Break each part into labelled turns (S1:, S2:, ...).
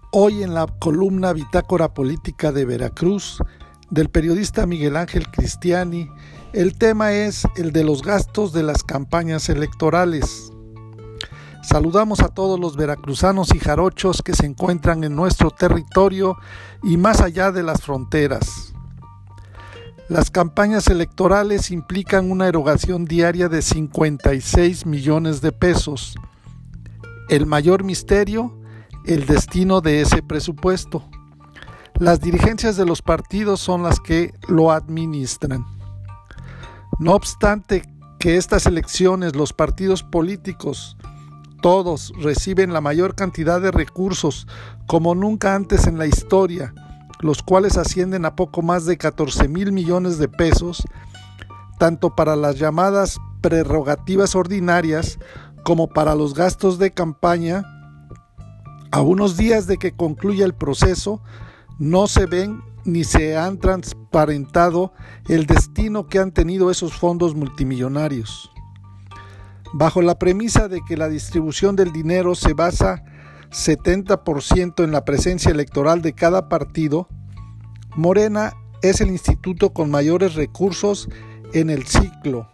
S1: Hoy en la columna Bitácora Política de Veracruz, del periodista Miguel Ángel Cristiani, el tema es el de los gastos de las campañas electorales. Saludamos a todos los veracruzanos y jarochos que se encuentran en nuestro territorio y más allá de las fronteras. Las campañas electorales implican una erogación diaria de 56 millones de pesos. El mayor misterio, el destino de ese presupuesto. Las dirigencias de los partidos son las que lo administran. No obstante que estas elecciones, los partidos políticos, todos reciben la mayor cantidad de recursos como nunca antes en la historia, los cuales ascienden a poco más de 14,000 millones de pesos, tanto para las llamadas prerrogativas ordinarias como para los gastos de campaña. A unos días de que concluya el proceso, no se ven ni se han transparentado el destino que han tenido esos fondos multimillonarios. Bajo la premisa de que la distribución del dinero se basa 70% en la presencia electoral de cada partido, Morena es el instituto con mayores recursos en el ciclo.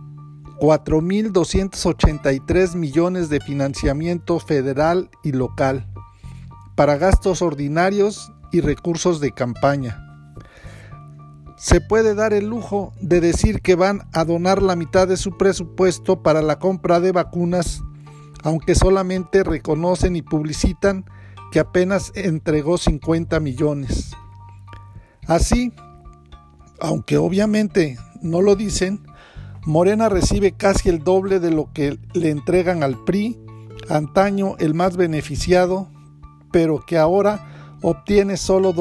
S1: 4,283 millones de financiamiento federal y local para gastos ordinarios y recursos de campaña. Se puede dar el lujo de decir que van a donar la mitad de su presupuesto para la compra de vacunas, aunque solamente reconocen y publicitan que apenas entregó 50 millones. Así, aunque obviamente no lo dicen, Morena recibe casi el doble de lo que le entregan al PRI, antaño el más beneficiado, pero que ahora obtiene solo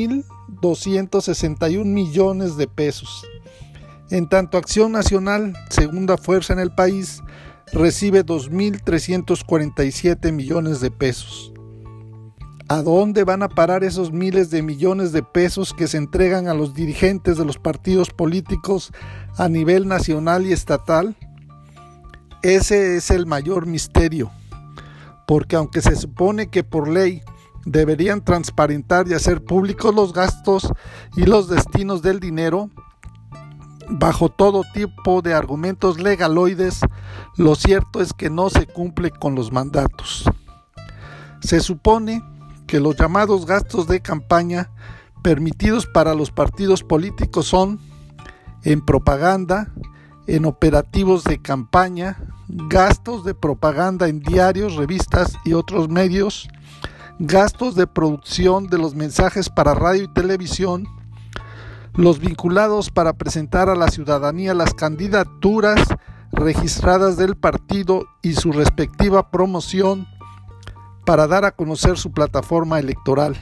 S1: 2,261 millones de pesos. En tanto, Acción Nacional, segunda fuerza en el país, recibe 2,347 millones de pesos. ¿A dónde van a parar esos miles de millones de pesos que se entregan a los dirigentes de los partidos políticos a nivel nacional y estatal? Ese es el mayor misterio, porque aunque se supone que por ley deberían transparentar y hacer públicos los gastos y los destinos del dinero, bajo todo tipo de argumentos legaloides, lo cierto es que no se cumple con los mandatos. Se supone que los llamados gastos de campaña permitidos para los partidos políticos son en propaganda, en operativos de campaña, gastos de propaganda en diarios, revistas y otros medios, gastos de producción de los mensajes para radio y televisión, los vinculados para presentar a la ciudadanía las candidaturas registradas del partido y su respectiva promoción para dar a conocer su plataforma electoral.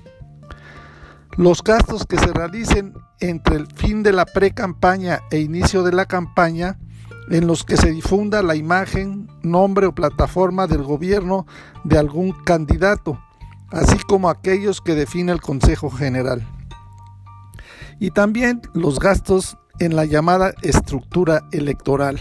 S1: Los gastos que se realicen entre el fin de la pre-campaña e inicio de la campaña, en los que se difunda la imagen, nombre o plataforma del gobierno de algún candidato, así como aquellos que define el Consejo General. Y también los gastos en la llamada estructura electoral.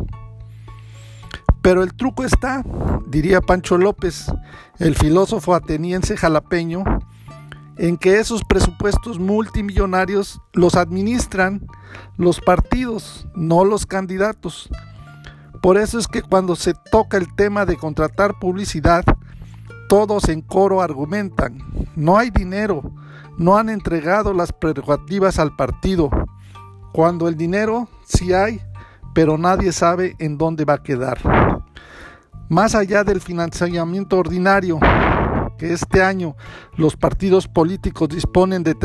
S1: Pero el truco está, diría Pancho López, el filósofo ateniense jalapeño, en que esos presupuestos multimillonarios los administran los partidos, no los candidatos. Por eso es que cuando se toca el tema de contratar publicidad, todos en coro argumentan: no hay dinero, no han entregado las prerrogativas al partido, cuando el dinero sí hay, pero nadie sabe en dónde va a quedar. Más allá del financiamiento ordinario, que este año los partidos políticos disponen de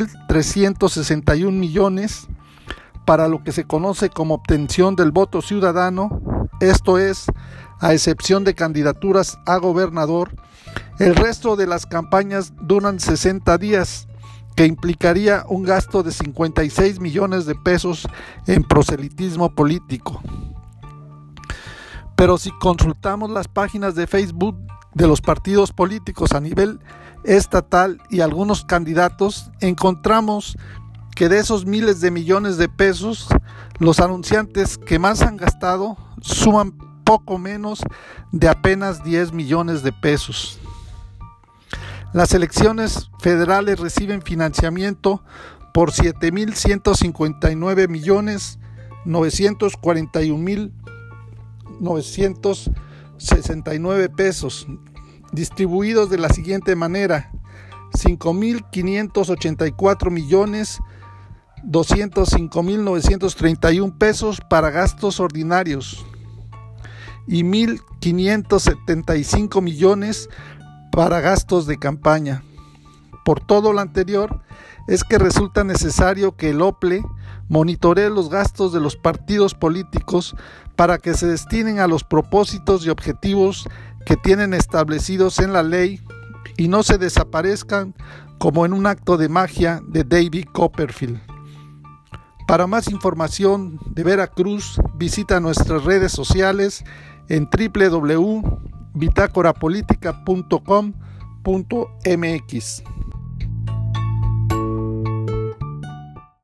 S1: 3,361 millones para lo que se conoce como obtención del voto ciudadano, esto es, a excepción de candidaturas a gobernador, el resto de las campañas duran 60 días, que implicaría un gasto de 56 millones de pesos en proselitismo político. Pero si consultamos las páginas de Facebook de los partidos políticos a nivel estatal y algunos candidatos, encontramos que de esos miles de millones de pesos, los anunciantes que más han gastado suman poco menos de apenas 10 millones de pesos. Las elecciones federales reciben financiamiento por 7,941,969 pesos, distribuidos de la siguiente manera: 5,584,205,931 pesos para gastos ordinarios y 1,575 millones para gastos de campaña. Por todo lo anterior, es que resulta necesario que el OPLE monitoree los gastos de los partidos políticos para que se destinen a los propósitos y objetivos que tienen establecidos en la ley y no se desaparezcan como en un acto de magia de David Copperfield. Para más información de Veracruz, visita nuestras redes sociales en www.bitácorapolítica.com.mx.